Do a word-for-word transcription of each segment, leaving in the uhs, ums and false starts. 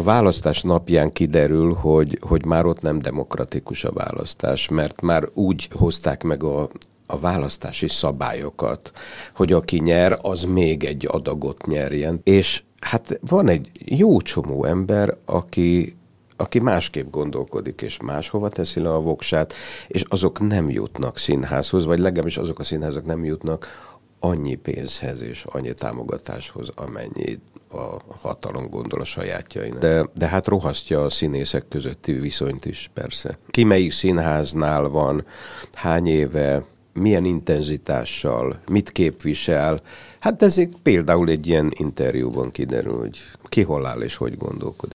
választás napján kiderül, hogy, hogy már ott nem demokratikus a választás, mert már úgy hozták meg a, a választási szabályokat, hogy aki nyer, az még egy adagot nyerjen. És hát van egy jó csomó ember, aki, aki másképp gondolkodik, és máshova teszi le a voksát, és azok nem jutnak színházhoz, vagy legalábbis azok a színházak nem jutnak annyi pénzhez és annyi támogatáshoz, amennyi a hatalom gondol a sajátjainak. De, de hát rohasztja a színészek közötti viszonyt is, persze. Ki melyik színháznál van, hány éve, milyen intenzitással, mit képvisel. Hát ez például egy ilyen interjúban kiderül, hogy ki hol áll és hogy gondolkodik.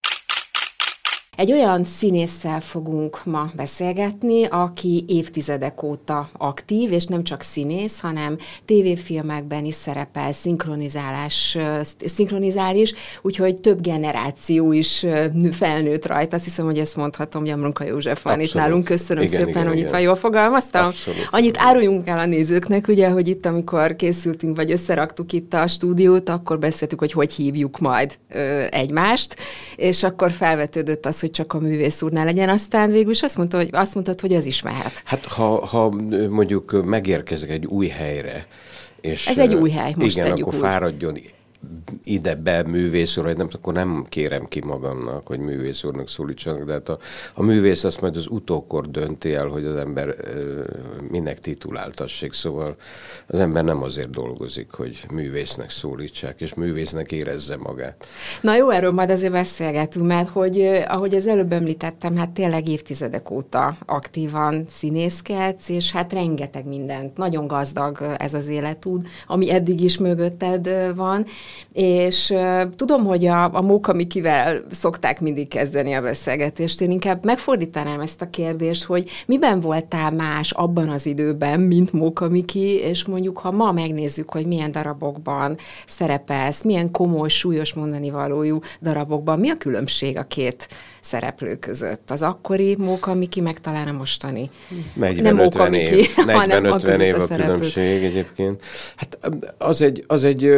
Egy olyan színésszel fogunk ma beszélgetni, aki évtizedek óta aktív, és nem csak színész, hanem tévéfilmekben is szerepel, szinkronizálás, szinkronizál is, úgyhogy több generáció is felnőtt rajta. Azt hiszem, hogy ezt mondhatom, Gyamronka József van itt nálunk. Köszönöm igen, szépen, igen, hogy igen. Itt van, jól fogalmaztam? Abszolút. Annyit áruljunk el a nézőknek, ugye, hogy itt, amikor készültünk, vagy összeraktuk itt a stúdiót, akkor beszéltük, hogy hogy hívjuk majd ö, egymást, és akkor felvetődött az, hogy csak a művész úrnál legyen, aztán végül is azt mondta, hogy azt mondtad, hogy az is mehet. Hát ha, ha mondjuk megérkezek egy új helyre, és ez egy új hely, most igen, tegyük akkor úgy. fáradjon ide be művész úr, nem, akkor nem kérem ki magamnak, hogy művész úrnak szólítsanak, de hát a, a művész azt majd az utókor dönti el, hogy az ember ö, minek tituláltassék, szóval az ember nem azért dolgozik, hogy művésznek szólítsák, és művésznek érezze magát. Na jó, erről majd azért beszélgetünk, mert hogy ahogy az előbb említettem, hát tényleg évtizedek óta aktívan színészkedsz, és hát rengeteg mindent, nagyon gazdag ez az életút, ami eddig is mögötted van, és uh, tudom, hogy a, a Móka Mikivel szokták mindig kezdeni a beszélgetést. Én inkább megfordítanám ezt a kérdést, hogy miben voltál más abban az időben, mint Móka Miki, és mondjuk, ha ma megnézzük, hogy milyen darabokban szerepelsz, milyen komoly, súlyos mondani valójú darabokban, mi a különbség a két szereplő között? Az akkori Móka Miki, meg talán a mostani. negyven-ötven év, negyven-ötven év a, a különbség egyébként. Hát az egy, az egy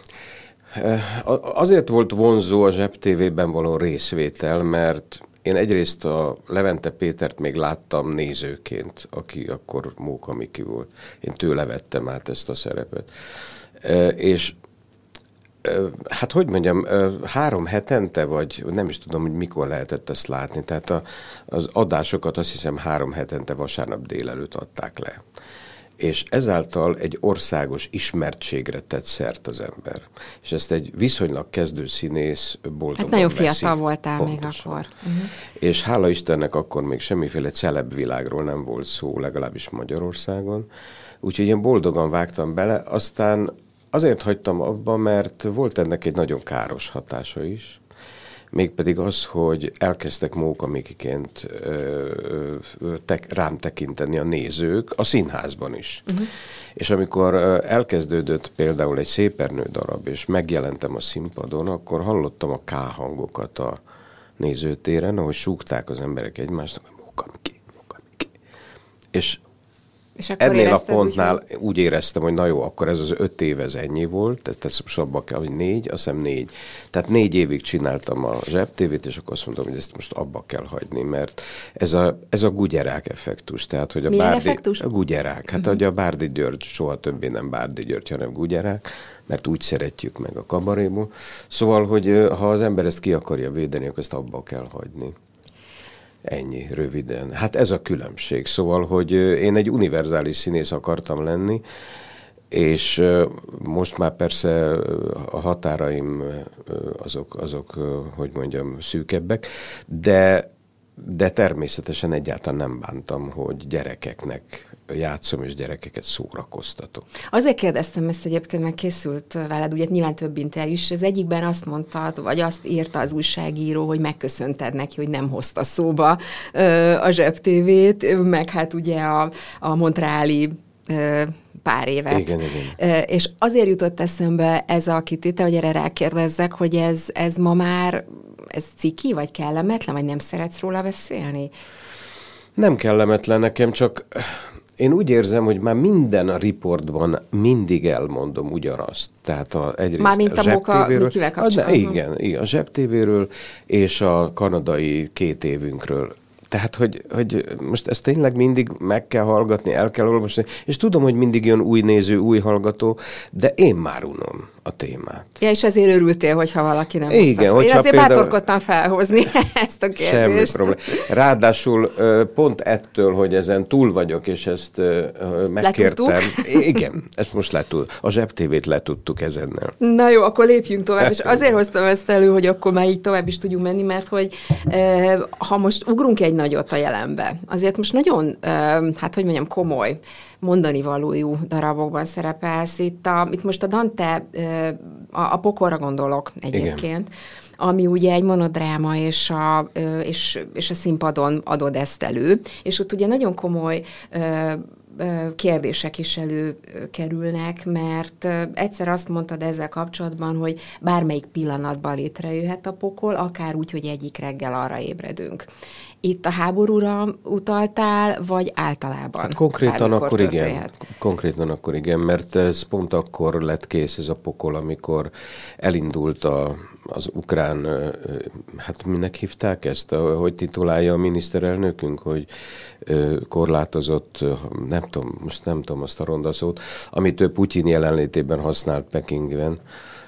azért volt vonzó a zsebtévében való részvétel, mert én egyrészt a Levente Pétert még láttam nézőként, aki akkor Móka Miki volt. Én tőle vettem át ezt a szerepet. És hát hogy mondjam, három hetente, vagy nem is tudom, hogy mikor lehetett ezt látni. Tehát a, az adásokat azt hiszem három hetente vasárnap délelőtt adták le. És ezáltal egy országos ismertségre tett szert az ember. És ezt egy viszonylag kezdő színész boldogan Hát nagyon veszi. Fiatal voltál Pontosan. még akkor. Uh-huh. És hála Istennek akkor még semmiféle celeb világról nem volt szó, legalábbis Magyarországon. Úgyhogy én boldogan vágtam bele, aztán azért hagytam abba, mert volt ennek egy nagyon káros hatása is. Mégpedig az, hogy elkezdtek Móka Mikiként ö, tek, rám tekinteni a nézők, a színházban is. Uh-huh. És amikor ö, elkezdődött például egy Szépernő darab, és megjelentem a színpadon, akkor hallottam a K-hangokat a nézőtéren, ahogy súgták az emberek egymásnak, Móka Miki, Móka Miki. És És akkor ennél a pontnál úgy, úgy éreztem, hogy na jó, akkor ez az öt év, ez ennyi volt, tehát most abba kell, hogy négy, azt hiszem négy. Tehát négy évig csináltam a zsebtévét, és akkor azt mondom, hogy ezt most abba kell hagyni, mert ez a, ez a gugyerák effektus. Tehát, hogy a milyen Bárdi, effektus? A gugyerák. Hát, uh-huh. hogy a Bárdi György soha többé nem Bárdi György, hanem gugyerák, mert úgy szeretjük meg a kabaréból. Szóval, hogy ha az ember ezt ki akarja védeni, akkor ezt abba kell hagyni. Ennyi, röviden. Hát ez a különbség. Szóval, hogy én egy univerzális színész akartam lenni, és most már persze a határaim azok, azok hogy mondjam, szűkebbek, de, de természetesen egyáltalán nem bántam, hogy gyerekeknek játszom, és gyerekeket szórakoztatok. Azért kérdeztem ezt egyébként, mert készült veled, ugye nyilván több interjú is, az egyikben azt mondtad, vagy azt írta az újságíró, hogy megköszönted neki, hogy nem hozta szóba a zsebtévét, meg hát ugye a, a montreali pár évet. Igen, igen. És azért jutott eszembe ez a kitétel, hogy erre rákérdezzek, hogy ez, ez ma már, ez ciki, vagy kellemetlen, vagy nem szeretsz róla beszélni? Nem kellemetlen nekem, csak Én úgy érzem, hogy már minden a riportban mindig elmondom ugyanazt. Tehát a, egyrészt Mármint a, a Moka Mikivel kapcsolatban. Igen, igen, a zsebtévéről és a kanadai két évünkről. Tehát, hogy, hogy most ezt tényleg mindig meg kell hallgatni, el kell olvasni, és tudom, hogy mindig jön új néző, új hallgató, de én már unom a témát. Ja, és ezért örültél, hogyha valaki nem Igen, hozta. Én azért például... bátorkodtam felhozni ezt a kérdést. Semmi probléma. Ráadásul pont ettől, hogy ezen túl vagyok, és ezt megkértem. Letudtuk? Igen, ezt most letud. A zsebtévét letudtuk ezennel. Na jó, akkor lépjünk tovább, és azért hoztam ezt elő, hogy akkor már így tovább is tudjunk menni, mert hogy ha most ugrunk egy nagyot a jelenbe, azért most nagyon, hát hogy mondjam, komoly mondani valójú darabokban szerepelsz. Itt, a, itt most a Dante, a, a Pokolra gondolok egyébként, igen, ami ugye egy monodráma, és a, és, és a színpadon adod ezt elő, és ott ugye nagyon komoly kérdések is előkerülnek, mert egyszer azt mondtad ezzel kapcsolatban, hogy bármelyik pillanatban létrejöhet a pokol, akár úgy, hogy egyik reggel arra ébredünk. Itt a háborúra utaltál, vagy általában? Hát konkrétan akkor történhet? igen. Konkrétan akkor igen, mert ez pont akkor lett kész ez a pokol, amikor elindult a, az ukrán, hát minek hívták ezt, hogy titulálja a miniszterelnökünk, hogy korlátozott, nem tudom, most nem tudom azt a ronda szót, amit ő Putyin jelenlétében használt Pekingben,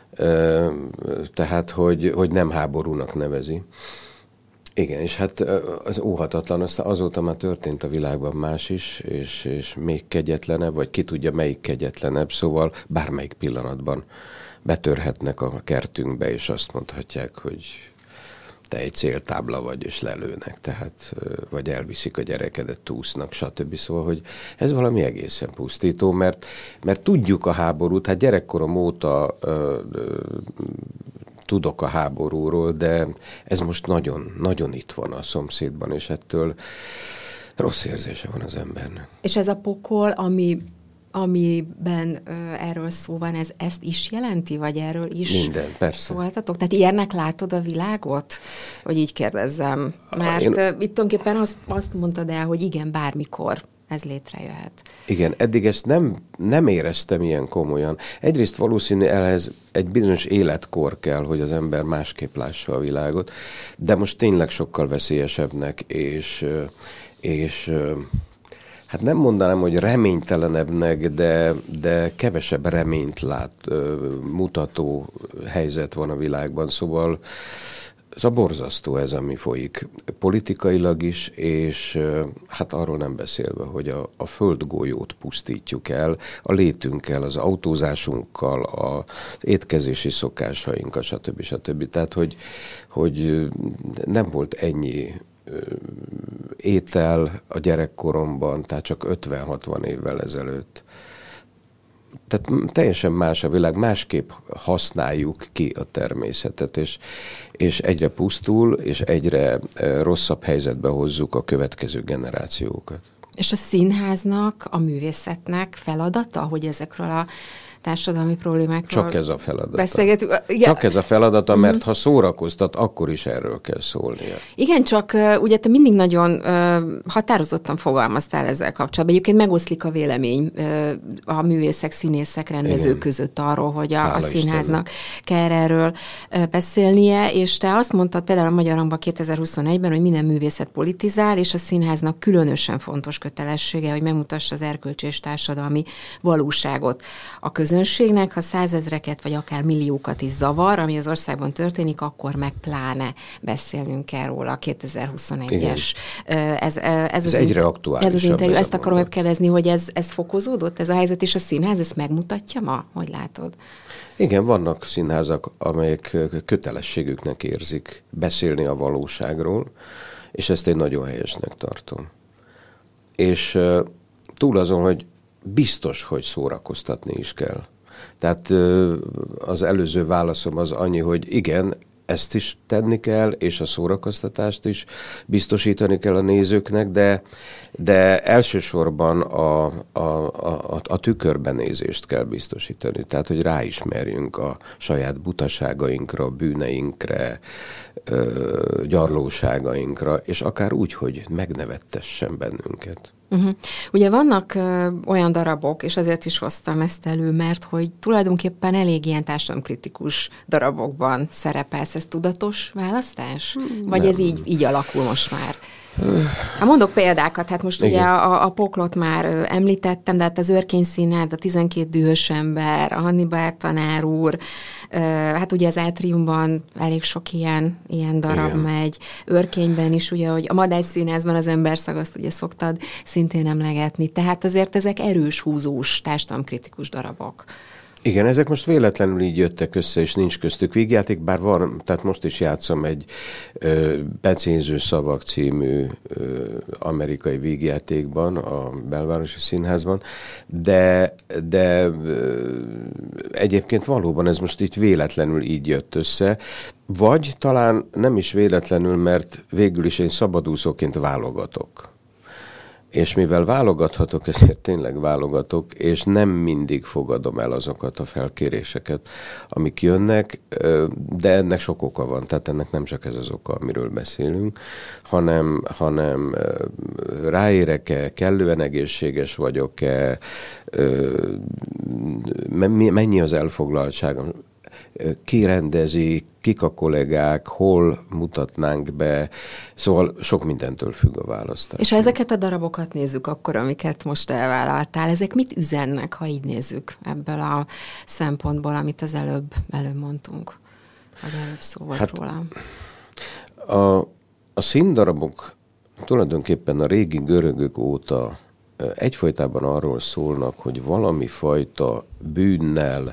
tehát, hogy, hogy nem háborúnak nevezi. Igen, és hát az óhatatlan, azóta már történt a világban más is, és, és még kegyetlenebb, vagy ki tudja melyik kegyetlenebb, szóval bármelyik pillanatban betörhetnek a kertünkbe, és azt mondhatják, hogy te egy céltábla vagy, és lelőnek, tehát, vagy elviszik a gyerekedet, túsznak, stb. Szóval, hogy ez valami egészen pusztító, mert, mert tudjuk a háborút, hát gyerekkorom óta ö, ö, tudok a háborúról, de ez most nagyon, nagyon itt van a szomszédban, és ettől rossz érzése van az embernek. És ez a pokol, ami, amiben ö, erről szó van, ez ezt is jelenti, vagy erről is minden, persze. szóltatok? Tehát ilyennek látod a világot? Hogy így kérdezzem. Mert Én... itt tulajdonképpen azt, azt mondtad el, hogy igen, bármikor ez létrejöhet. Igen, eddig ezt nem, nem éreztem ilyen komolyan. Egyrészt valószínű ehhez egy bizonyos életkor kell, hogy az ember másképp lássa a világot, de most tényleg sokkal veszélyesebbnek, és, és hát nem mondanám, hogy reménytelenebbnek, de, de kevesebb reményt lát, mutató helyzet van a világban, szóval Szóval borzasztó ez, ami folyik politikailag is, és hát arról nem beszélve, hogy a, a földgolyót pusztítjuk el, a létünkkel, az autózásunkkal, az étkezési szokásainkkal, stb. stb. Tehát, hogy, hogy nem volt ennyi étel a gyerekkoromban, tehát csak ötven-hatvan évvel ezelőtt. Tehát teljesen más a világ, másképp használjuk ki a természetet, és, és egyre pusztul, és egyre rosszabb helyzetbe hozzuk a következő generációkat. És a színháznak, a művészetnek feladata, hogy ezekről a társadalmi problémákról Csak ez a feladata. Beszélgetünk. Csak ez a feladata, mert mm-hmm. ha szórakoztat, akkor is erről kell szólnia. Igen, csak uh, ugye te mindig nagyon uh, határozottan fogalmaztál ezzel kapcsolatban. Egyébként megoszlik a vélemény uh, a művészek, színészek, rendezők Igen. között arról, hogy a, a színháznak kell erről uh, beszélnie, és te azt mondtad például a Magyar Hangban kétezer-huszonegyben, hogy minden művészet politizál, és a színháznak különösen fontos kötelessége, hogy megmutassa az erkölcsi és társadalmi valóságot. A közönségnek, ha százezreket vagy akár milliókat is zavar, ami az országban történik, akkor meg pláne beszélnünk kell róla. A kétezer-huszonegyes. Ez, ez, ez, ez egyre aktuálisabb. Ez az interjú. Ezt akarom megkérdezni, hogy ez, ez fokozódott, ez a helyzet, és a színház ezt megmutatja ma? Hogy látod? Igen, vannak színházak, amelyek kötelességüknek érzik beszélni a valóságról, és ezt én nagyon helyesnek tartom. És túl azon, hogy biztos, hogy szórakoztatni is kell. Tehát az előző válaszom az annyi, hogy igen, ezt is tenni kell, és a szórakoztatást is biztosítani kell a nézőknek, de, de elsősorban a, a, a, a tükörbenézést kell biztosítani. Tehát, hogy ráismerjünk a saját butaságainkra, bűneinkre, gyarlóságainkra, és akár úgy, hogy megnevettessen bennünket. Uh-huh. Ugye vannak ö, olyan darabok, és azért is hoztam ezt elő, mert hogy tulajdonképpen elég ilyen társadalomkritikus darabokban szerepelsz. Ez tudatos választás? Vagy Nem. ez így, így alakul most már? Hát mondok példákat, hát most Igen. ugye a, a Poklot már ö, említettem, de hát az Örkény Színház, a tizenkét dühös ember, a Hannibal tanár úr, ö, hát ugye az Átriumban elég sok ilyen, ilyen darab Igen. megy, Örkényben is, ugye, hogy a Madály Színházban az Emberszag, azt ugye szoktad szintén emlegetni, tehát azért ezek erős, húzós, társadalomkritikus darabok. Igen, ezek most véletlenül így jöttek össze, és nincs köztük vígjáték, bár van, tehát most is játszom egy ö, Becéző szavak című ö, amerikai vígjátékban, a Belvárosi Színházban, de, de ö, egyébként valóban ez most így véletlenül így jött össze, vagy talán nem is véletlenül, mert végül is én szabadúszóként válogatok. És mivel válogathatok, ezért tényleg válogatok, és nem mindig fogadom el azokat a felkéréseket, amik jönnek, de ennek sok oka van, tehát ennek nem csak ez az oka, amiről beszélünk, hanem, hanem ráérek-e, kellően egészséges vagyok-e, mennyi az elfoglaltságom, ki rendezi, kik a kollégák, hol mutatnánk be, szóval sok mindentől függ a választás. És ha ezeket a darabokat nézzük akkor, amiket most elvállaltál, ezek mit üzennek, ha így nézzük ebből a szempontból, amit az előbb, előbb mondtunk, vagy előbb szó volt hát, róla? A, a színdarabok tulajdonképpen a régi görögök óta egyfolytában arról szólnak, hogy valami fajta bűnnel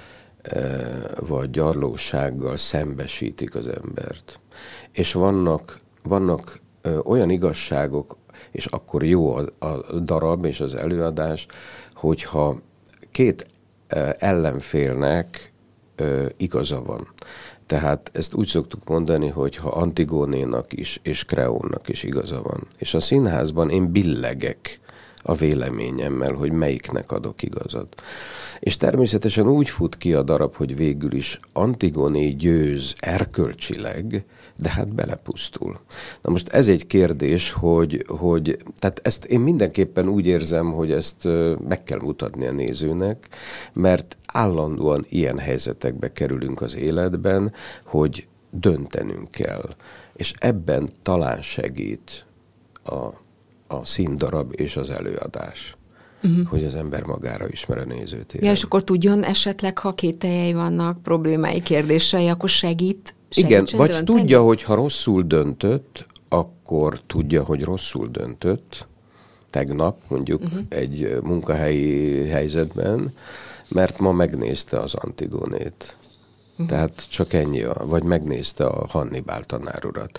vagy gyarlósággal szembesítik az embert. És vannak, vannak ö, olyan igazságok, és akkor jó a, a darab és az előadás, hogyha két ö, ellenfélnek ö, igaza van. Tehát ezt úgy szoktuk mondani, hogy ha Antigónénak is és Kreónnak is igaza van. És a színházban én billegek a véleményemmel, hogy melyiknek adok igazat. És természetesen úgy fut ki a darab, hogy végül is Antigóné győz erkölcsileg, de hát belepusztul. Na most ez egy kérdés, hogy, hogy tehát ezt én mindenképpen úgy érzem, hogy ezt meg kell mutatni a nézőnek, mert állandóan ilyen helyzetekbe kerülünk az életben, hogy döntenünk kell. És ebben talán segít a a színdarab és az előadás, uh-huh. hogy az ember magára ismer a nézőtéren. Ja, és akkor tudjon esetleg, ha kételjei vannak, problémái, kérdései, akkor segít, igen, vagy dönteni? tudja, hogy ha rosszul döntött, akkor tudja, hogy rosszul döntött, tegnap mondjuk uh-huh. egy munkahelyi helyzetben, mert ma megnézte az Antigónét. Uh-huh. Tehát csak ennyi, vagy megnézte a Hannibal tanár urat.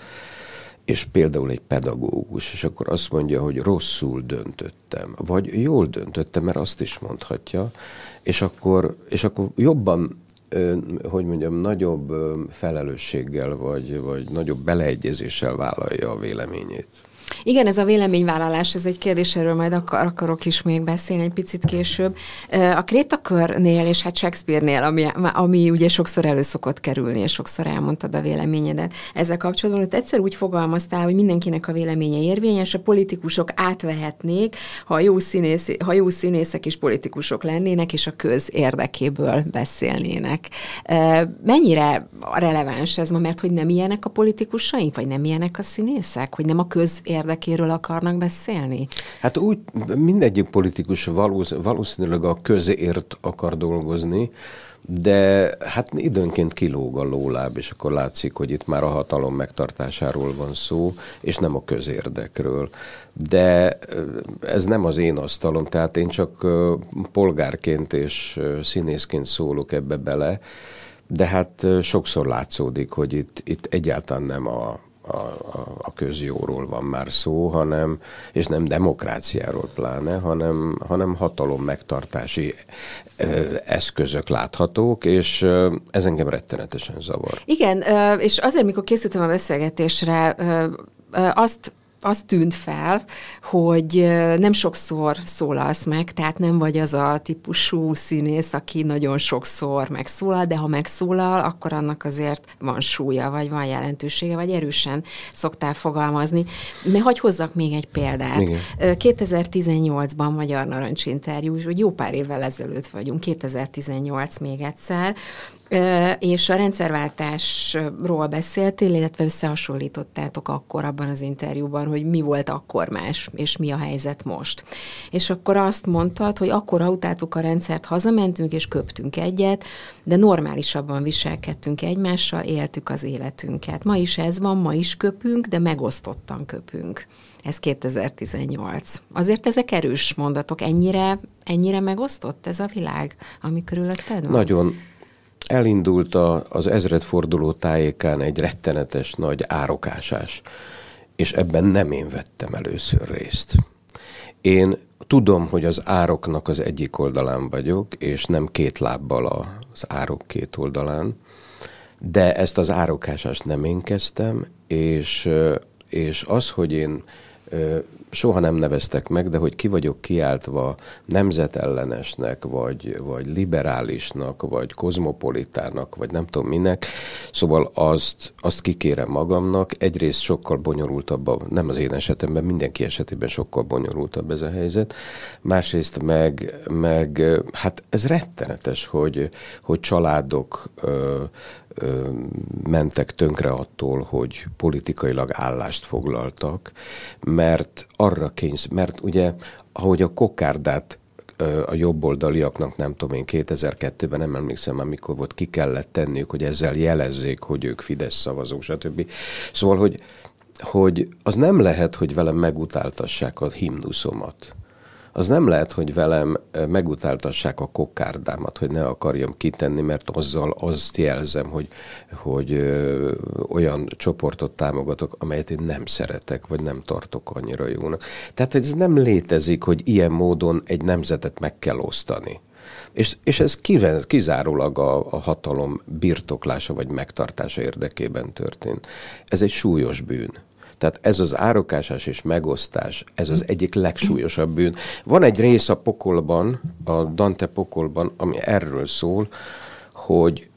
És például egy pedagógus, és akkor azt mondja, hogy rosszul döntöttem, vagy jól döntöttem, mert azt is mondhatja, és akkor, és akkor jobban, hogy mondjam, nagyobb felelősséggel, vagy, vagy nagyobb beleegyezéssel vállalja a véleményét. Igen, ez a véleményvállalás, ez egy kérdés, erről majd akar, akarok is még beszélni egy picit később. A Krétakörnél és hát Shakespeare-nél, ami, ami ugye sokszor elő szokott kerülni, és sokszor elmondtad a véleményedet ezzel kapcsolatban, hogy egyszer úgy fogalmaztál, hogy mindenkinek a véleménye érvényes, a politikusok átvehetnék, ha jó, színész, ha jó színészek is politikusok lennének, és a köz érdekéből beszélnének. Mennyire releváns ez ma, mert hogy nem ilyenek a politikusaink, vagy nem ilyenek a színészek, hogy nem a köz érdekéről akarnak beszélni? Hát úgy mindegyik politikus valószínűleg a közért akar dolgozni, de hát időnként kilóg a lóláb, és akkor látszik, hogy itt már a hatalom megtartásáról van szó, és nem a közérdekről. De ez nem az én asztalom, tehát én csak polgárként és színészként szólok ebbe bele, de hát sokszor látszódik, hogy itt, itt egyáltalán nem a A, a, a közjóról van már szó, hanem, és nem demokráciáról pláne, hanem, hanem hatalom megtartási ö, eszközök láthatók, és ö, ez engem rettenetesen zavar. Igen, ö, és azért, mikor készültem a beszélgetésre, ö, ö, azt az tűnt fel, hogy nem sokszor szólalsz meg, tehát nem vagy az a típusú színész, aki nagyon sokszor megszólal, de ha megszólal, akkor annak azért van súlya, vagy van jelentősége, vagy erősen szoktál fogalmazni. De hagyj hozzak még egy példát. Igen. kétezer-tizennyolcban Magyar Narancs interjú, hogy jó pár évvel ezelőtt vagyunk, kétezer-tizennyolc még egyszer, és a rendszerváltásról beszéltél, illetve összehasonlítottátok akkor abban az interjúban, hogy mi volt akkor más, és mi a helyzet most. És akkor azt mondtad, hogy akkor utáltuk a rendszert, hazamentünk, és köptünk egyet, de normálisabban viselkedtünk egymással, éltük az életünket. Ma is ez van, ma is köpünk, de megosztottan köpünk. Ez kétezer-tizennyolc. Azért ezek erős mondatok. Ennyire, ennyire megosztott ez a világ, ami körülötted van? Nagyon. Elindult a, az ezredforduló tájékán egy rettenetes nagy árokásás, és ebben nem én vettem először részt. Én tudom, hogy az ároknak az egyik oldalán vagyok, és nem két lábbal az árok két oldalán, de ezt az árokásást nem én kezdtem, és, és az, hogy én soha nem neveztek meg, de hogy ki vagyok kiáltva nemzetellenesnek, vagy, vagy liberálisnak, vagy kozmopolitának, vagy nem tudom minek. Szóval azt, azt kikérem magamnak. Egyrészt sokkal bonyolultabb, nem az én esetemben, mindenki esetében sokkal bonyolultabb ez a helyzet. Másrészt meg, meg hát ez rettenetes, hogy, hogy családok ö, ö, mentek tönkre attól, hogy politikailag állást foglaltak, mert arra kényszer, mert ugye, ahogy a kokárdát a jobboldaliaknak, nem tudom én, kétezer-kettőben, nem emlékszem már mikor volt, ki kellett tenniük, hogy ezzel jelezzék, hogy ők Fidesz szavazók, stb. Szóval, hogy, hogy az nem lehet, hogy velem megutáltassák a himnuszomat. Az nem lehet, hogy velem megutáltassák a kokárdámat, hogy ne akarjam kitenni, mert azzal azt jelzem, hogy, hogy ö, olyan csoportot támogatok, amelyet én nem szeretek, vagy nem tartok annyira jónak. Tehát ez nem létezik, hogy ilyen módon egy nemzetet meg kell osztani. És, és ez kizárólag a, a hatalom birtoklása vagy megtartása érdekében történt. Ez egy súlyos bűn. Tehát ez az árokásás és megosztás, ez az egyik legsúlyosabb bűn. Van egy rész a pokolban, a Dante pokolban, ami erről szól, hogy,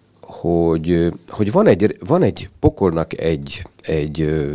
hogy, hogy van, egy, van egy pokolnak egy, egy ö,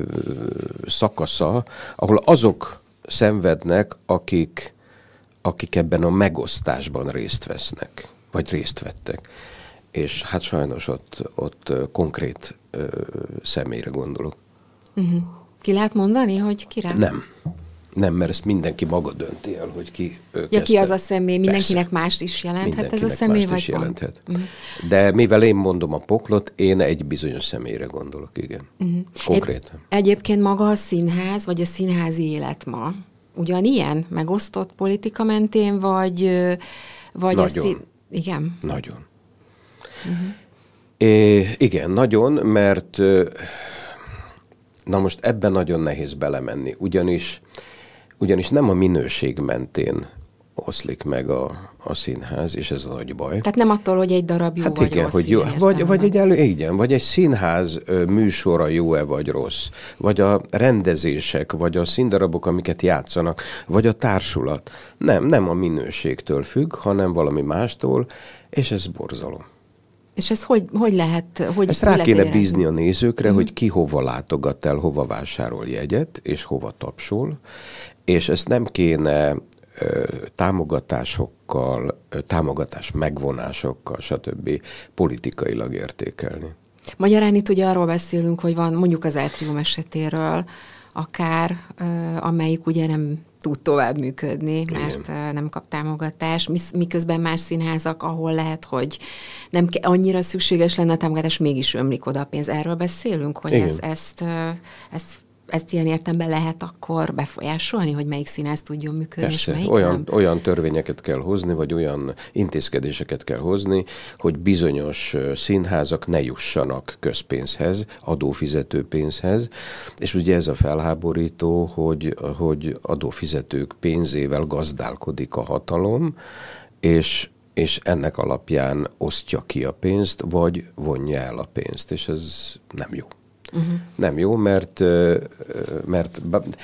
szakasza, ahol azok szenvednek, akik, akik ebben a megosztásban részt vesznek, vagy részt vettek. És hát sajnos ott, ott konkrét ö, személyre gondolok. Uh-huh. Ki lehet mondani, hogy kire? Nem. Nem, mert ezt mindenki maga dönti el, hogy ki ő ja, ki az a személy, mindenkinek Persze. mást is jelenthet mindenkinek ez a személy, vagy jelenthet. Uh-huh. De mivel én mondom a poklot, én egy bizonyos személyre gondolok, igen. Uh-huh. Konkrétan. Egy, egyébként maga a színház, vagy a színházi élet ma ugyanilyen megosztott politika mentén, vagy, vagy nagyon. a szín... Igen? Nagyon. Uh-huh. É, igen, nagyon, mert... Na most ebben nagyon nehéz belemenni, ugyanis, ugyanis nem a minőség mentén oszlik meg a, a színház, és ez a nagy baj. Tehát nem attól, hogy egy darab jó hát vagy igen, rossz. Hogy jó, vagy, vagy, egy elő, igen, vagy egy színház műsora jó-e vagy rossz, vagy a rendezések, vagy a színdarabok, amiket játszanak, vagy a társulat. Nem, nem a minőségtől függ, hanem valami mástól, és ez borzalom. És ez hogy, hogy lehet? Hogy Ezt rá kéne bízni a nézőkre, uh-huh. hogy ki hova látogat el, hova vásárol jegyet, és hova tapsol, és ezt nem kéne ö, támogatásokkal, ö, támogatás megvonásokkal, stb. Politikailag értékelni. Magyarán itt ugye arról beszélünk, hogy van mondjuk az Átrium esetéről, akár, ö, amelyik ugye nem tud tovább működni, mert Igen. nem kap támogatást, miközben más színházak, ahol lehet, hogy nem ke- annyira szükséges lenne a támogatás, mégis ömlik oda a pénz. Erről beszélünk, hogy ez, ezt, ezt, ezt ilyen értelemben lehet akkor befolyásolni, hogy melyik színház tudjon működni, Persze, és melyik olyan, nem? olyan törvényeket kell hozni, vagy olyan intézkedéseket kell hozni, hogy bizonyos színházak ne jussanak közpénzhez, adófizető pénzhez, és ugye ez a felháborító, hogy, hogy adófizetők pénzével gazdálkodik a hatalom, és és ennek alapján osztja ki a pénzt, vagy vonja el a pénzt, és ez nem jó. Uh-huh. Nem jó, mert, mert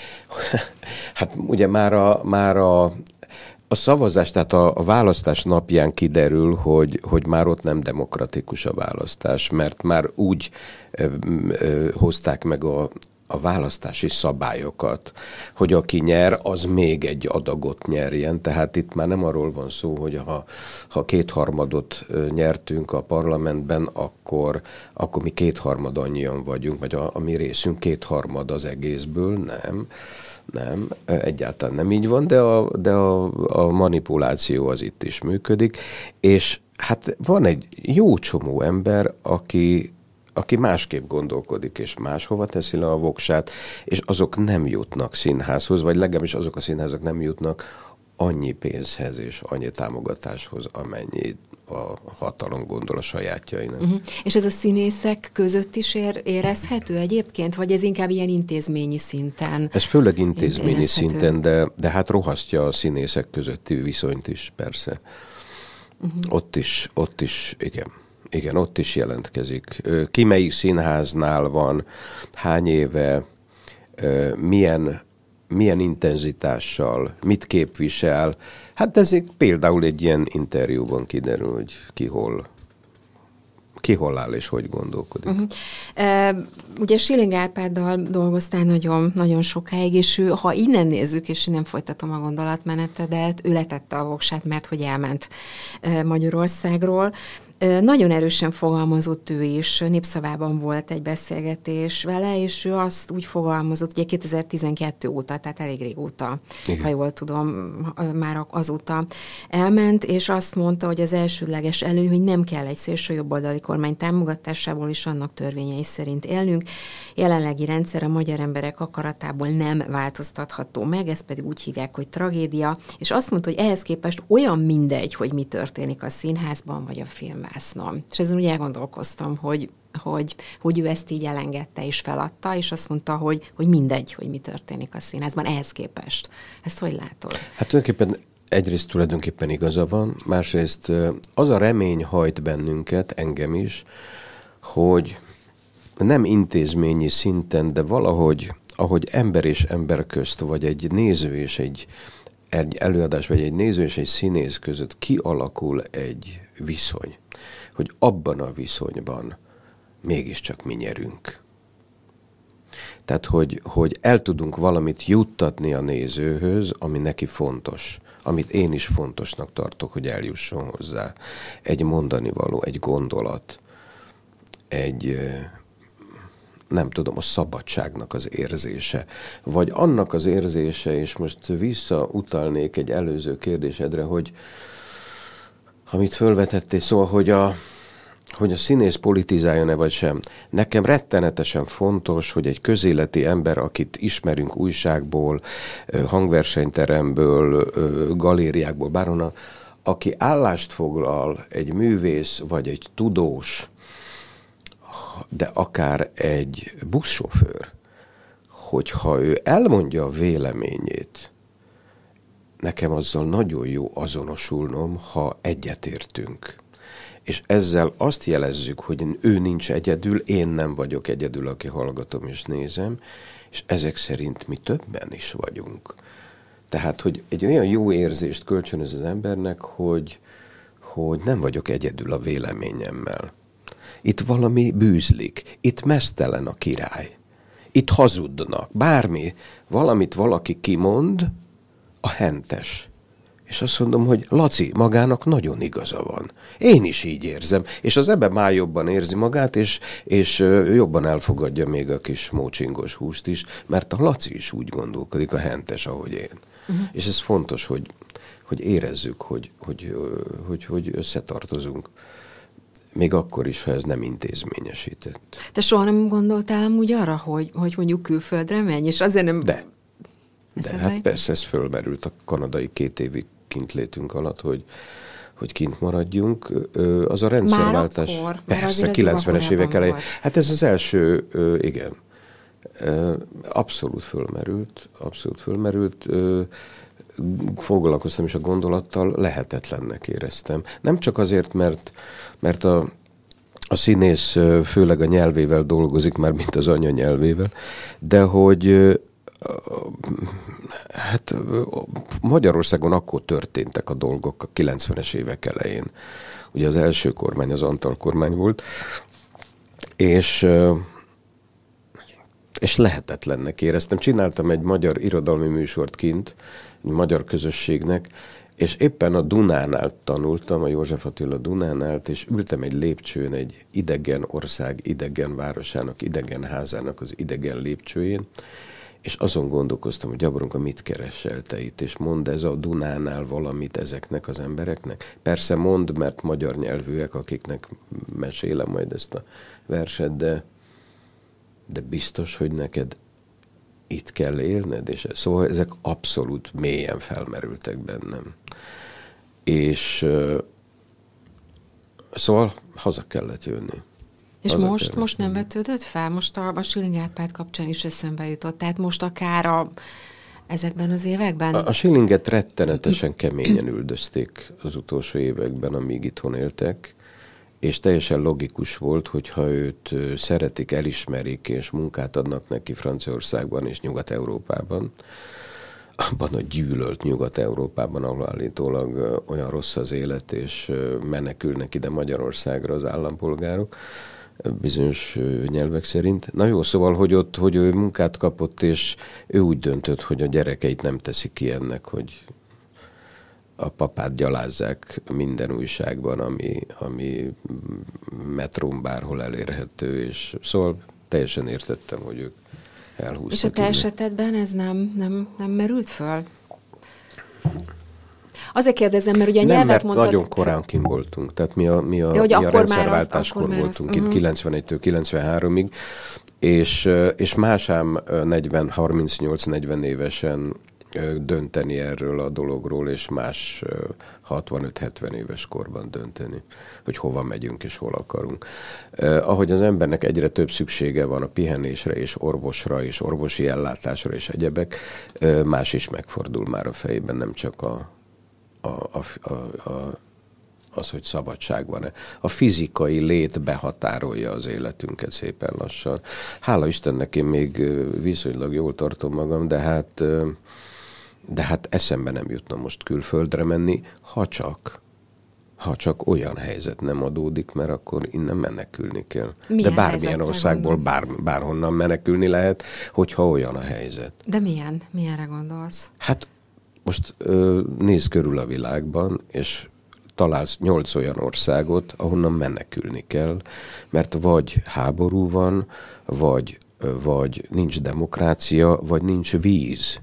hát ugye már a, már a, a szavazás, tehát a, a választás napján kiderül, hogy, hogy már ott nem demokratikus a választás, mert már úgy ö, ö, hozták meg a a választási szabályokat, hogy aki nyer, az még egy adagot nyerjen. Tehát itt már nem arról van szó, hogy ha, ha kétharmadot nyertünk a parlamentben, akkor, akkor mi kétharmad annyian vagyunk, vagy a, a mi részünk kétharmad az egészből. Nem, nem, egyáltalán nem így van, de a, de a, a manipuláció az itt is működik. És hát van egy jó csomó ember, aki aki másképp gondolkodik, és máshova teszi le a voksát, és azok nem jutnak színházhoz, vagy legalábbis azok a színházak nem jutnak annyi pénzhez és annyi támogatáshoz, amennyi a hatalom gondol a sajátjainak. Uh-huh. És ez a színészek között is ér, érezhető egyébként, vagy ez inkább ilyen intézményi szinten? Ez főleg intézményi szinten, de, de hát rohasztja a színészek közötti viszonyt is, persze. Uh-huh. Ott is, ott is, igen. Igen, ott is jelentkezik. Ki melyik színháznál van, hány éve, milyen, milyen intenzitással, mit képvisel. Hát ez például egy ilyen interjúban kiderül, hogy ki hol, ki hol áll és hogy gondolkodik. Uh-huh. Uh, ugye Schilling Árpáddal dolgoztál nagyon, nagyon sokáig, és ő, ha innen nézzük, és nem folytatom a gondolatmenetedet, ő letette a voksát, mert hogy elment uh, Magyarországról. Nagyon erősen fogalmazott ő is, Népszavában volt egy beszélgetés vele, és ő azt úgy fogalmazott, ugye kétezer-tizenkettő óta, tehát elég régóta, igen, ha jól tudom, már azóta elment, és azt mondta, hogy az elsődleges előny, hogy nem kell egy szélső jobboldali kormány támogatásából is annak törvényei szerint élnünk. Jelenlegi rendszer a magyar emberek akaratából nem változtatható meg, ezt pedig úgy hívják, hogy tragédia, és azt mondta, hogy ehhez képest olyan mindegy, hogy mi történik a színházban, vagy a filmben. És ezen úgy elgondolkoztam, hogy, hogy, hogy ő ezt így elengedte és feladta, és azt mondta, hogy, hogy mindegy, hogy mi történik a színházban ehhez képest. Ezt hogy látod? Hát tulajdonképpen egyrészt tulajdonképpen igaza van, másrészt az a remény hajt bennünket, engem is, hogy nem intézményi szinten, de valahogy, ahogy ember és ember közt, vagy egy néző és egy, egy előadás, vagy egy néző és egy színész között kialakul egy viszony, hogy abban a viszonyban mégiscsak mi nyerünk. Tehát, hogy, hogy el tudunk valamit juttatni a nézőhöz, ami neki fontos, amit én is fontosnak tartok, hogy eljusson hozzá. Egy mondani való, egy gondolat, egy, nem tudom, a szabadságnak az érzése, vagy annak az érzése, és most visszautalnék egy előző kérdésedre, hogy amit fölvetettél, szóval, hogy a, hogy a színész politizáljon-e vagy sem. Nekem rettenetesen fontos, hogy egy közéleti ember, akit ismerünk újságból, hangversenyteremből, galériákból, bárhonnan, aki állást foglal, egy művész vagy egy tudós, de akár egy buszsofőr, hogyha ő elmondja a véleményét, nekem azzal nagyon jó azonosulnom, ha egyetértünk. És ezzel azt jelezzük, hogy ő nincs egyedül, én nem vagyok egyedül, aki hallgatom és nézem, és ezek szerint mi többen is vagyunk. Tehát, hogy egy olyan jó érzést kölcsönöz az embernek, hogy, hogy nem vagyok egyedül a véleményemmel. Itt valami bűzlik, itt meztelen a király, itt hazudnak, bármi, valamit valaki kimond, a hentes. És azt mondom, hogy Laci, magának nagyon igaza van. Én is így érzem. És az ebben már jobban érzi magát, és, és jobban elfogadja még a kis mócsingos húst is, mert a Laci is úgy gondolkodik, a hentes, ahogy én. Uh-huh. És ez fontos, hogy, hogy érezzük, hogy, hogy, hogy, hogy összetartozunk. Még akkor is, ha ez nem intézményesített. Te soha nem gondoltál amúgy arra, hogy, hogy mondjuk külföldre menj, és azért nem... De. De hát egy... persze ez fölmerült a kanadai két évi kintlétünk alatt, hogy, hogy kint maradjunk. Az a rendszerváltás... Már akkor? Persze, kilencvenes évek elején. Hát ez az első, igen. Abszolút fölmerült, abszolút fölmerült. Foglalkoztam is a gondolattal, lehetetlennek éreztem. Nem csak azért, mert, mert a, a színész főleg a nyelvével dolgozik, már mint az anyanyelvével, de hogy hát Magyarországon akkor történtek a dolgok a kilencvenes évek elején. Ugye az első kormány az Antal kormány volt, és, és lehetetlennek éreztem. Csináltam egy magyar irodalmi műsort kint, egy magyar közösségnek, és éppen a Dunánál tanultam, a József Attila Dunánál, és ültem egy lépcsőn, egy idegen ország, idegen városának, idegen házának az idegen lépcsőjén, és azon gondolkoztam, hogy Gyabronka, mit keresel te itt, és mondd ez a Dunánál valamit ezeknek az embereknek. Persze mondd, mert magyar nyelvűek, akiknek mesélem majd ezt a verset, de, de biztos, hogy neked itt kell élned, és szóval ezek abszolút mélyen felmerültek bennem. És szóval haza kellett jönni. És haza most, most nem vetődött fel? Most a, a Schilling Árpád kapcsán is eszembe jutott. Tehát most akár a, ezekben az években? A, a Schillinget rettenetesen keményen üldözték az utolsó években, amíg itthon éltek, és teljesen logikus volt, hogyha őt szeretik, elismerik, és munkát adnak neki Franciaországban és Nyugat-Európában, abban a gyűlölt Nyugat-Európában, ahol állítólag olyan rossz az élet, és menekülnek ide Magyarországra az állampolgárok, bizonyos nyelvek szerint. Na jó, szóval, hogy ott, hogy ő munkát kapott, és ő úgy döntött, hogy a gyerekeit nem teszik ki ennek, hogy a papát gyalázzák minden újságban, ami, ami metrón bárhol elérhető, és szóval teljesen értettem, hogy ők elhúztak. És a te esetedben ez nem, nem, nem merült föl? Azért kérdezem, mert ugye a nem, nyelvet mert mondtad... nagyon korán kint voltunk, tehát mi a, mi a, ja, mi a rendszerváltáskor voltunk azt, kint, uh-huh. kilencvenegytől kilencvenháromig, és, és másám negyven, harmincnyolc negyven évesen dönteni erről a dologról, és más hatvanöt hetven éves korban dönteni, hogy hova megyünk és hol akarunk. Eh, ahogy az embernek egyre több szüksége van a pihenésre és orvosra és orvosi ellátásra és egyebek, eh, más is megfordul már a fejében, nem csak a, a, a, a, a az, hogy szabadság van-e. A fizikai lét behatárolja az életünket szépen lassan. Hála Istennek én még viszonylag jól tartom magam, de hát de hát eszembe nem jutna most külföldre menni, ha csak, ha csak olyan helyzet nem adódik, mert akkor innen menekülni kell. Milyen de bármilyen országból bár, bárhonnan menekülni lehet, hogyha olyan a helyzet. De milyen? Milyenre gondolsz? Hát most ö, nézz körül a világban, és találsz nyolc olyan országot, ahonnan menekülni kell, mert vagy háború van, vagy, vagy nincs demokrácia, vagy nincs víz.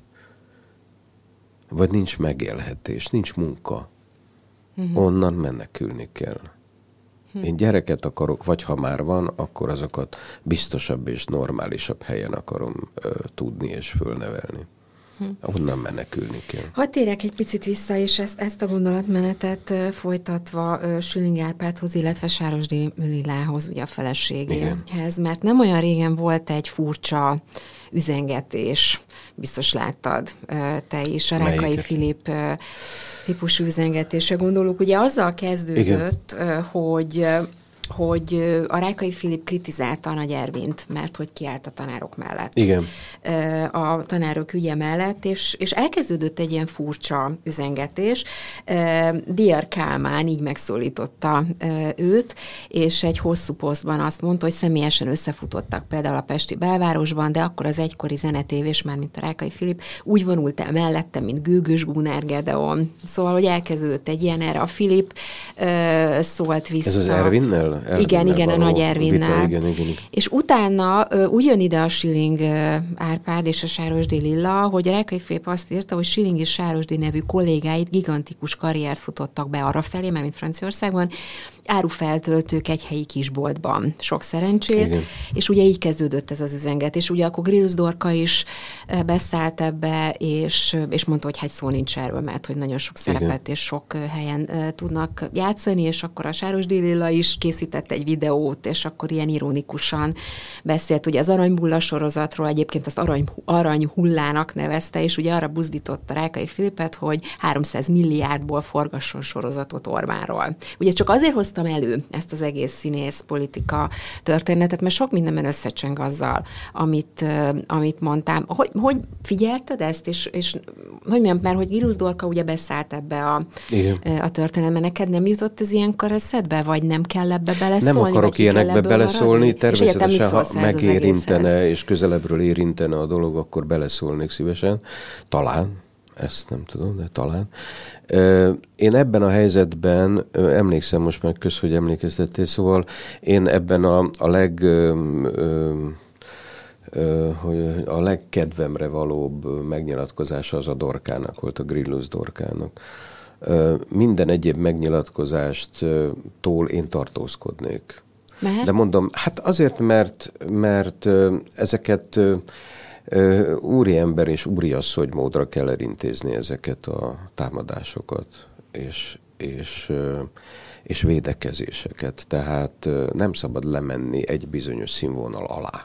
Vagy nincs megélhetés, nincs munka. Uh-huh. Onnan menekülni kell. Uh-huh. Én gyereket akarok, vagy ha már van, akkor azokat biztosabb és normálisabb helyen akarom ö, tudni és fölnevelni. Uh-huh. Onnan menekülni kell. Hadd térjek egy picit vissza, és ezt, ezt a gondolatmenetet uh, folytatva uh, Schilling Árpádhoz, illetve Sárosdi Lilához, ugye a feleségéhez, mert nem olyan régen volt egy furcsa üzengetés, biztos láttad te is, a Rákai Filip típusú üzengetése gondolok. Ugye azzal kezdődött, igen, hogy hogy a Rákai Filip kritizálta a Nagy Ervint, mert hogy kiállt a tanárok mellett. Igen. A tanárok ügye mellett, és, és elkezdődött egy ilyen furcsa üzengetés. Dear Kálmán így megszólította őt, és egy hosszú posztban azt mondta, hogy személyesen összefutottak például a pesti belvárosban, de akkor az egykori zenetévés, már mint a Rákai Filip, úgy vonult el mellette, mint Gőgös Gunár Gedeon. Szóval, hogy elkezdődött egy ilyen, erre a Filip szólt vissza. Ez az Ervinnel? Ervinnel igen, igen, a Nagy Ervinnel. Igen, igen, igen. És utána úgy jön ide a Schilling Árpád és a Sárosdi Lilla, hogy a Rákai Filip azt írta, hogy Schilling és Sárosdi nevű kollégáit gigantikus karriert futottak be arra felé, mert mint Franciaországban, árufeltöltők egy helyi kisboltban. Sok szerencsét. Igen. És ugye így kezdődött ez az üzengetés. Ugye akkor Grillus Dorka is beszállt ebbe, és, és mondta, hogy hát szó nincs erről, mert hogy nagyon sok szerepet igen, és sok helyen tudnak játszani, és akkor a Sárosdi Lilla is készített egy videót, és akkor ilyen ironikusan beszélt ugye az Aranybulla sorozatról, egyébként azt arany, aranyhullának nevezte, és ugye arra buzdította Rákai Filipet, hogy háromszáz milliárdból forgasson sorozatot Orbánról. Ugye csak azért hozta hoztam elő ezt az egész színész politika történetet, mert sok mindenben összecseng azzal, amit, amit mondtam. Hogy, hogy figyelted ezt, és, és hogy mondjam, mert hogy Gilusz Dorka ugye beszállt ebbe a, a történetbe, neked nem jutott ez ilyenkor eszedbe, vagy nem kell ebbe beleszólni? Nem akarok ilyenekbe beleszólni, természetesen, ha megérintene és közelebbről érintene a dolog, akkor beleszólnék szívesen. Talán, ezt nem tudom, de talán. Én ebben a helyzetben, emlékszem most meg, kösz, hogy emlékeztettél, szóval én ebben a, a leg... hogy a legkedvemre valóbb megnyilatkozása az a Dorkának volt, a Gilusz Dorkának. Minden egyéb megnyilatkozástól én tartózkodnék. Mert? De mondom, hát azért, mert, mert ezeket úriember és úriasszony módra kell elintézni ezeket a támadásokat, és, és, és védekezéseket. Tehát nem szabad lemenni egy bizonyos színvonal alá.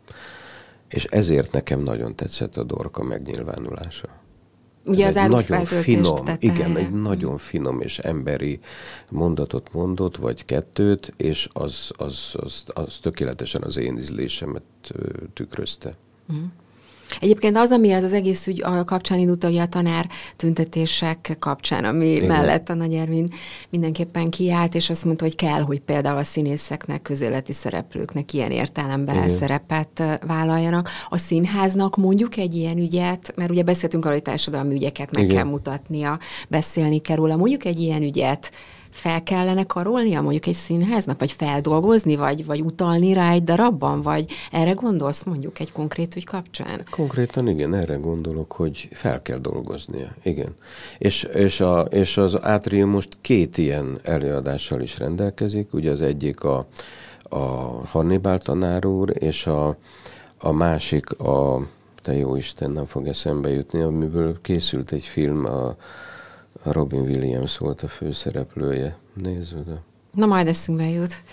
És ezért nekem nagyon tetszett a Dorka megnyilvánulása. Ugye az nagyon finom, igen, erre. egy nagyon finom és emberi mondatot mondott, vagy kettőt, és az, az, az, az tökéletesen az én ízlésemet tükrözte. Mm. Egyébként az, ami az, az egész ügy a kapcsán indult, ugye a tanár tüntetések kapcsán, ami igen. mellett a Nagy Ervin mindenképpen kiállt, és azt mondta, hogy kell, hogy például a színészeknek, közéleti szereplőknek ilyen értelemben igen. szerepet vállaljanak. A színháznak mondjuk egy ilyen ügyet, mert ugye beszéltünk arról, hogy társadalmi ügyeket meg igen. kell mutatnia, beszélni kell róla, mondjuk egy ilyen ügyet fel kellene karolnia mondjuk egy színháznak, vagy feldolgozni, vagy, vagy utalni rá egy darabban, vagy erre gondolsz mondjuk egy konkrét ügy kapcsán? Konkrétan igen, erre gondolok, hogy fel kell dolgoznia, igen. És, és, a, és az Átrium most két ilyen előadással is rendelkezik, ugye az egyik a, a Hannibál tanár úr, és a, a másik a, te jó Isten, nem fog eszembe jutni, amiből készült egy film, a A Robin Williams volt a főszereplője. Nézd oda. Na, majd eszünkbe jut.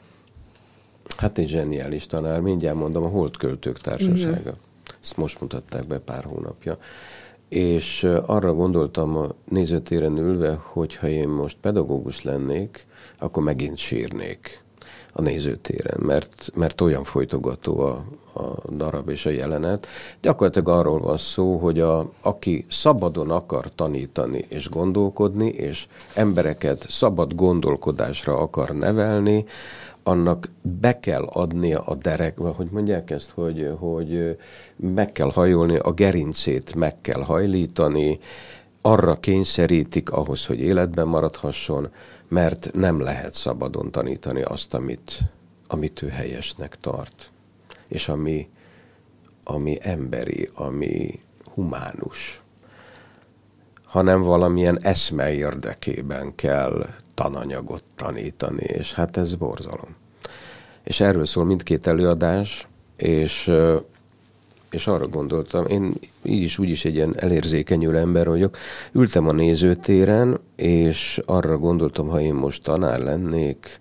Hát egy zseniális tanár. Mindjárt mondom, a Holdköltők Társasága. Ezt most mutatták be pár hónapja. És arra gondoltam a nézőtéren ülve, hogy ha én most pedagógus lennék, akkor megint sírnék a nézőtéren, mert, mert olyan folytogató a, a darab és a jelenet. Gyakorlatilag arról van szó, hogy a, aki szabadon akar tanítani és gondolkodni, és embereket szabad gondolkodásra akar nevelni, annak be kell adnia a derek, hogy mondják ezt, hogy, hogy meg kell hajolni, a gerincét meg kell hajlítani, arra kényszerítik ahhoz, hogy életben maradhasson, mert nem lehet szabadon tanítani azt, amit, amit ő helyesnek tart. És ami, ami emberi, ami humánus. Hanem valamilyen eszme érdekében kell tananyagot tanítani, és hát ez borzalom. És erről szól mindkét előadás, és, és arra gondoltam, én így is úgy is egy ilyen elérzékenyülő ember vagyok, ültem a nézőtéren, és arra gondoltam, ha én most tanár lennék,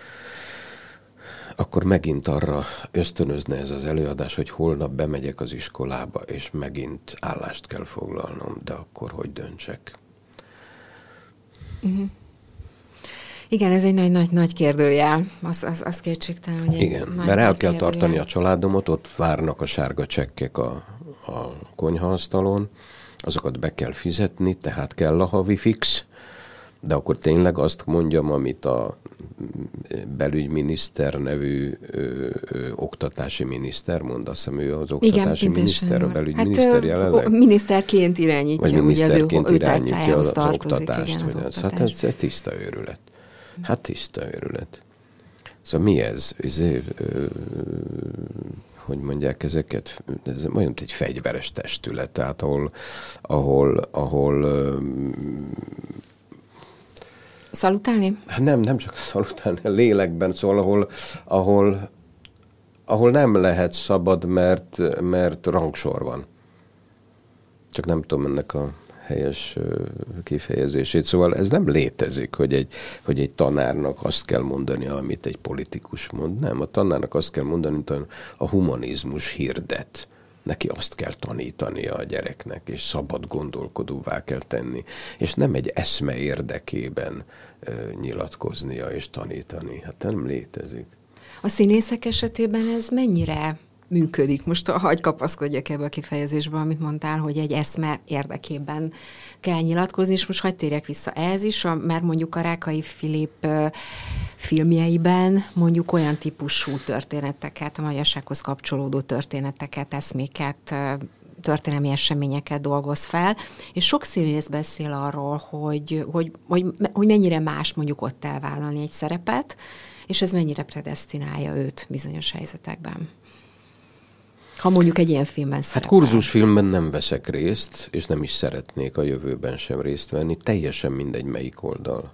akkor megint arra ösztönözne ez az előadás, hogy holnap bemegyek az iskolába, és megint állást kell foglalnom, de akkor hogy döntsek? Uh-huh. Igen, ez egy nagy-nagy kérdőjel. Az, az, az kétségtelen, hogy igen, nagy, mert el nagy kell kérdőjel. tartani a családomot, ott várnak a sárga csekkek a, a konyhaasztalon, azokat be kell fizetni, tehát kell a havi fix, de akkor tényleg azt mondjam, amit a belügyminiszter nevű ö, ö, oktatási miniszter mond, azt hiszem ő az oktatási igen, miniszter, a belügyminiszter hát, jelenleg. Miniszterként irányítja, vagy miniszterként ugye az irányítja az, az tartozik, oktatást. igen, az hogy oktatás. Az, hát ez, ez tiszta őrület. Hát tiszta őrület. Szóval mi ez? ez ö, ö, hogy mondják ezeket? Ez olyan egy fegyveres testület, tehát ahol, ahol, ahol ö, szalutálni? Nem, nem csak szalutálni, a lélekben, szóval ahol, ahol, ahol nem lehet szabad, mert, mert rangsor van. Csak nem tudom ennek a helyes kifejezését. Szóval ez nem létezik, hogy egy, hogy egy tanárnak azt kell mondani, amit egy politikus mond. Nem, a tanárnak azt kell mondani, amit a humanizmus hirdet. neki azt kell tanítania a gyereknek, és szabad gondolkodóvá kell tenni, és nem egy eszme érdekében ö, nyilatkoznia és tanítani. Hát nem létezik. A színészek esetében ez mennyire működik? Most hagyj kapaszkodjak ebbe a kifejezésbe, amit mondtál, hogy egy eszme érdekében kell nyilatkozni, és most hagyj térjek vissza ehhez is, a, mert mondjuk a Rákai Filip filmjeiben mondjuk olyan típusú történeteket, a magyarsághoz kapcsolódó történeteket, eszméket, történelmi eseményeket dolgoz fel, és sok színész beszél arról, hogy, hogy, hogy, hogy mennyire más mondjuk ott elvállalni egy szerepet, és ez mennyire predesztinálja őt bizonyos helyzetekben. Ha mondjuk egy ilyen filmben szerepel. Hát kurzusfilmben nem veszek részt, és nem is szeretnék a jövőben sem részt venni, teljesen mindegy melyik oldal.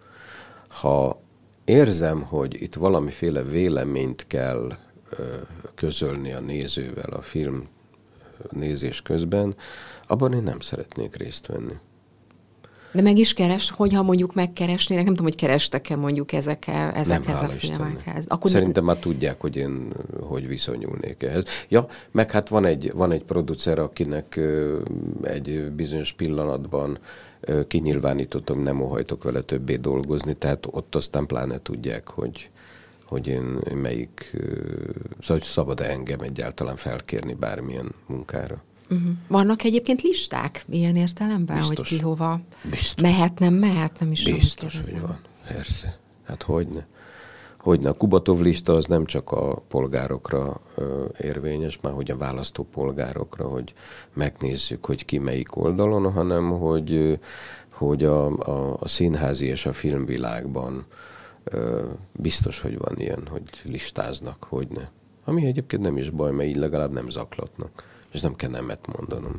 Ha érzem, hogy itt valamiféle véleményt kell ö, közölni a nézővel a film nézés közben, abban én nem szeretnék részt venni. De meg is keres, hogyha mondjuk megkeresnének, nem tudom, hogy kerestek-e mondjuk ezekkel, ezekhez nem, a filmekhez. Akkor szerintem már tudják, hogy én hogy viszonyulnék ehhez. Ja, meg hát van egy, van egy producer, akinek ö, egy bizonyos pillanatban ö, kinyilvánítottam, nem óhajtok vele többé dolgozni, tehát ott aztán pláne tudják, hogy, hogy én melyik, ö, szóval szabad engem egyáltalán felkérni bármilyen munkára. Uh-huh. Vannak egyébként listák ilyen értelemben, Biztos. hogy ki hova Biztos. mehet, nem mehet, nem is Biztos, hogy van. Persze. Hát hogyne. Hogyne. A Kubatov lista az nem csak a polgárokra ö, érvényes, már hogy a választópolgárokra, hogy megnézzük, hogy ki melyik oldalon, hanem hogy, hogy a, a, a színházi és a filmvilágban ö, biztos, hogy van ilyen, hogy listáznak, hogyne. Ami egyébként nem is baj, mert így legalább nem zaklatnak. És nem kell nemet mondanom.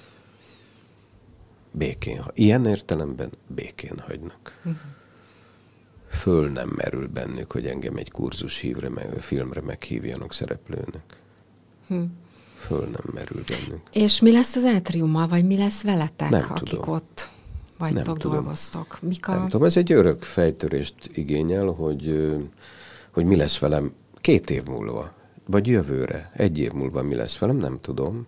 Békén, ilyen értelemben békén hagynak. Uh-huh. Föl nem merül bennük, hogy engem egy kurzus hívre, meg filmre meghívjanak szereplőnek. Uh-huh. Föl nem merül bennük. És mi lesz az átriummal, vagy mi lesz veletek, nem akik tudom. ott vagytok, nem dolgoztok? Mik a... Nem tudom, ez egy örök fejtörést igényel, hogy, hogy mi lesz velem két év múlva. Vagy jövőre, egy év múlva mi lesz velem, nem tudom.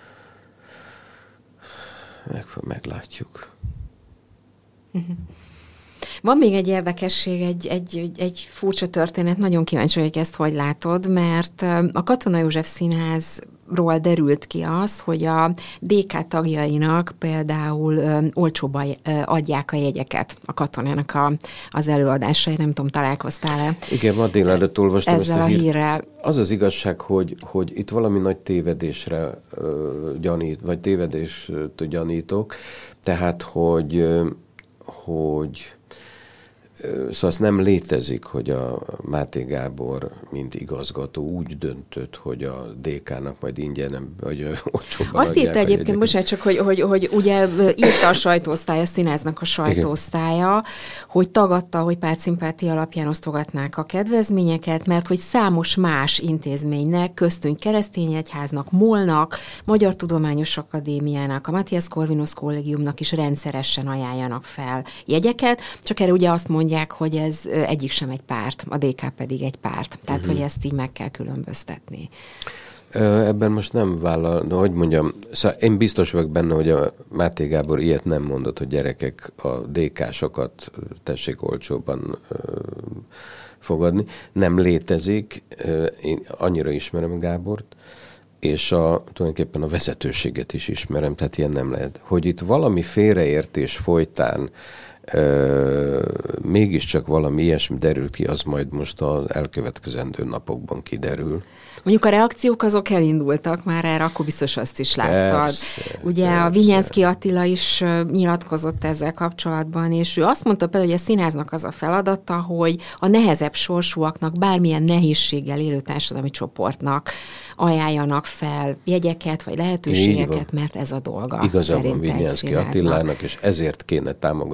Meg, meglátjuk. Uh-huh. Van még egy érdekesség, egy, egy, egy, egy furcsa történet, nagyon kíváncsi vagyok, ezt hogy látod, mert a Katona József Színházról derült ki az, hogy a dé ká tagjainak például ö, olcsóban ö, adják a jegyeket a Katonának a, az előadásaira, nem tudom, találkoztál-e? Igen, ma délelőtt olvastam ezzel ezt a, a hírt. hírrel. Az az igazság, hogy, hogy itt valami nagy tévedésre ö, gyanít, vagy tévedést gyanítok, tehát, hogy, ö, hogy Szóval az nem létezik, hogy a Máté Gábor, mint igazgató úgy döntött, hogy a dé ká-nak majd ingyen, vagy olcsóbban azt írta egyébként, bocsánat, csak, hogy, hogy, hogy ugye írta a sajtóosztály, a színháznak a sajtóosztálya, hogy tagadta, hogy pártszimpátia alapján osztogatnák a kedvezményeket, mert hogy számos más intézménynek, köztünk Keresztény Egyháznak, MOL-nak, Magyar Tudományos Akadémiának, a Matthias Corvinus Kollégiumnak is rendszeresen ajánljanak fel jegyeket, csak erre ugye azt mondja, hogy ez egyik sem egy párt, a dé ká pedig egy párt. Tehát, uh-huh. hogy ezt így meg kell különböztetni. Ebben most nem vállal, de hogy mondjam, szóval én biztos vagyok benne, hogy a Máté Gábor ilyet nem mondott, hogy gyerekek, a dé ká-sokat tessék olcsóban fogadni. Nem létezik, én annyira ismerem Gábort, és a, tulajdonképpen a vezetőséget is ismerem, tehát ilyen nem lehet. Hogy itt valami félreértés folytán Ö, mégiscsak valami ilyesmi derült ki, az majd most az elkövetkezendő napokban kiderül. Mondjuk a reakciók azok elindultak már erre, akkor biztos azt is láttad. Persze, Ugye persze. A Vinyánszky Attila is nyilatkozott ezzel kapcsolatban, és ő azt mondta például, hogy a színháznak az a feladata, hogy a nehezebb sorsúaknak, bármilyen nehézséggel élő társadalmi csoportnak ajánljanak fel jegyeket, vagy lehetőségeket, mert ez a dolga. Igaza van Vinyánszky Attilának, és ezért kéne támogatni például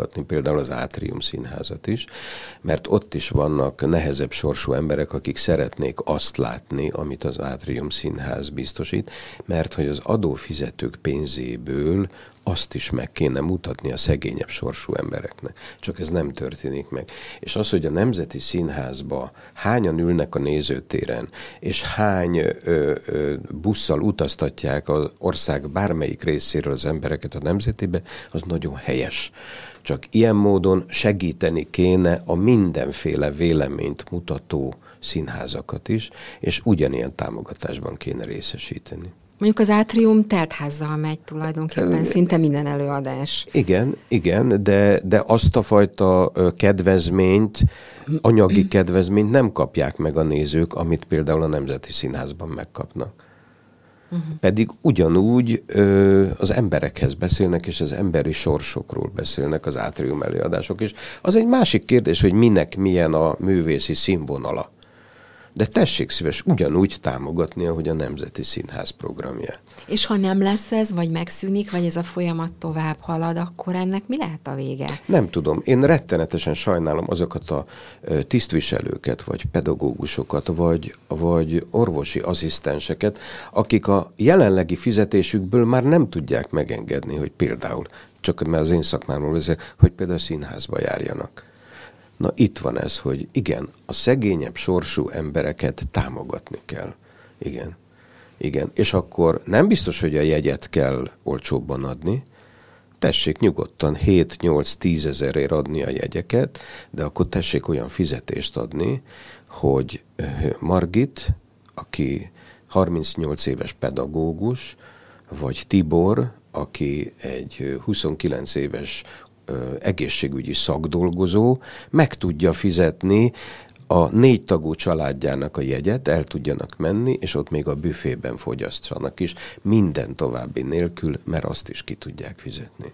például az Átrium Színházat is, mert ott is vannak nehezebb sorsú emberek, akik szeretnék azt látni, amit az Átrium Színház biztosít, mert hogy az adófizetők pénzéből azt is meg kéne mutatni a szegényebb sorsú embereknek. Csak ez nem történik meg. És az, hogy a Nemzeti Színházba hányan ülnek a nézőtéren, és hány ö, ö, busszal utaztatják az ország bármelyik részéről az embereket a Nemzetibe, az nagyon helyes. Csak ilyen módon segíteni kéne a mindenféle véleményt mutató színházakat is, és ugyanilyen támogatásban kéne részesíteni. Mondjuk az Átrium teltházzal megy tulajdonképpen, szinte minden előadás. Igen, igen, de, de azt a fajta kedvezményt, anyagi kedvezményt nem kapják meg a nézők, amit például a Nemzeti Színházban megkapnak. Uh-huh. Pedig ugyanúgy ö, az emberekhez beszélnek, és az emberi sorsokról beszélnek az Átrium előadások. És az egy másik kérdés, hogy minek milyen a művészi színvonala. De tessék szíves ugyanúgy támogatni, ahogy a Nemzeti Színház programja. És ha nem lesz ez, vagy megszűnik, vagy ez a folyamat tovább halad, akkor ennek mi lehet a vége? Nem tudom. Én rettenetesen sajnálom azokat a tisztviselőket, vagy pedagógusokat, vagy, vagy orvosi asszisztenseket, akik a jelenlegi fizetésükből már nem tudják megengedni, hogy például, csak mert az én szakmámról beszélek, hogy például színházba járjanak. Na itt van ez, hogy igen, a szegényebb sorsú embereket támogatni kell. Igen. Igen. És akkor nem biztos, hogy a jegyet kell olcsóbban adni. Tessék nyugodtan hét-nyolc-tíz ezerért adni a jegyeket, de akkor tessék olyan fizetést adni, hogy Margit, aki harmincnyolc éves pedagógus, vagy Tibor, aki egy huszonkilenc éves egészségügyi szakdolgozó, meg tudja fizetni a négy tagú családjának a jegyet, el tudjanak menni, és ott még a büfében fogyasztsanak is, minden további nélkül, mert azt is ki tudják fizetni.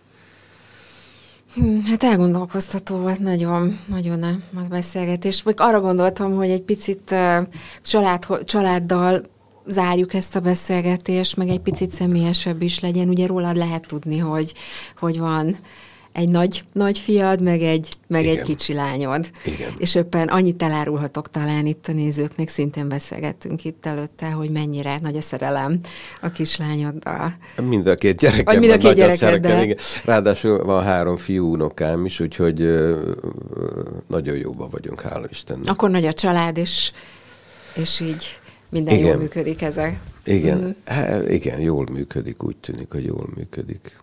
Hát elgondolkoztató volt nagyon, nagyon a beszélgetés. Vagy arra gondoltam, hogy egy picit család, családdal zárjuk ezt a beszélgetést, meg egy picit személyesebb is legyen. Ugye rólad lehet tudni, hogy, hogy van egy nagy, nagy fiad, meg egy, meg egy kicsi lányod. Igen. És éppen annyit elárulhatok talán itt a nézőknek, szintén beszélgettünk itt előtte, hogy mennyire nagy a szerelem a kislányoddal. Mind a két gyerekem mind a két nagy a szerelem, de... igen. Ráadásul van három fiú unokám is, úgyhogy ö, nagyon jóban vagyunk, hála Istennek. Akkor nagy a család, és, és így minden igen. jól működik ezek. Igen. Mm. Há, igen, jól működik, úgy tűnik, hogy jól működik.